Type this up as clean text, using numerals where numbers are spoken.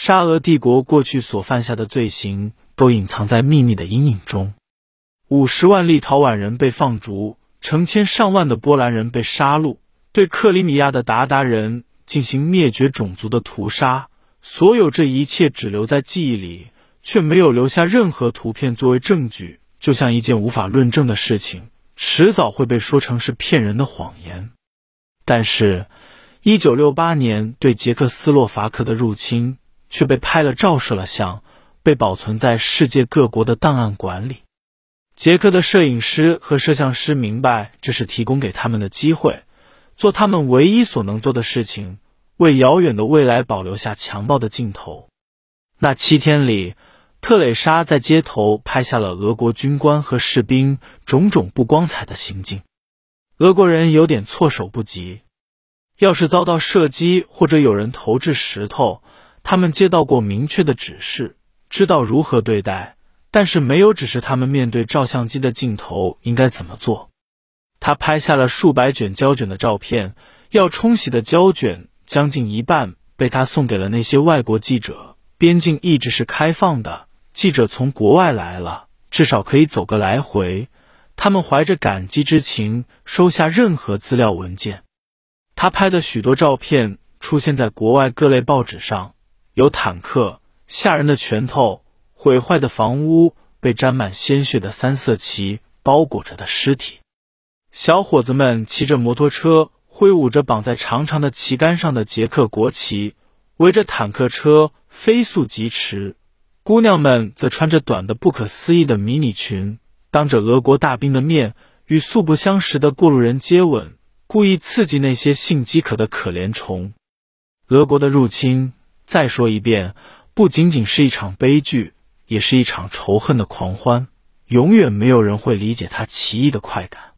沙俄帝国过去所犯下的罪行都隐藏在秘密的阴影中。50万立陶宛人被放逐，成千上万的波兰人被杀戮，对克里米亚的鞑靼人进行灭绝种族的屠杀。所有这一切只留在记忆里，却没有留下任何图片作为证据，就像一件无法论证的事情，迟早会被说成是骗人的谎言。但是1968年对捷克斯洛伐克的入侵却被拍了照摄了像，被保存在世界各国的档案馆里。捷克的摄影师和摄像师明白这是提供给他们的机会，做他们唯一所能做的事情，为遥远的未来保留下强暴的镜头。那7天里，特蕾莎在街头拍下了俄国军官和士兵种种不光彩的行径。俄国人有点措手不及，要是遭到射击或者有人投掷石头，他们接到过明确的指示，知道如何对待，但是没有指示他们面对照相机的镜头应该怎么做。他拍下了数百卷胶卷的照片，要冲洗的胶卷将近一半被他送给了那些外国记者。边境一直是开放的，记者从国外来了，至少可以走个来回。他们怀着感激之情收下任何资料文件。他拍的许多照片出现在国外各类报纸上，有坦克、吓人的拳头、毁坏的房屋、被沾满鲜血的3色旗包裹着的尸体。小伙子们骑着摩托车，挥舞着绑在长长的旗杆上的捷克国旗，围着坦克车飞速疾驰。姑娘们则穿着短的不可思议的迷你裙，当着俄国大兵的面与素不相识的过路人接吻，故意刺激那些性饥渴的可怜虫。俄国的入侵，再说一遍，不仅仅是一场悲剧，也是一场仇恨的狂欢，永远没有人会理解它奇异的快感。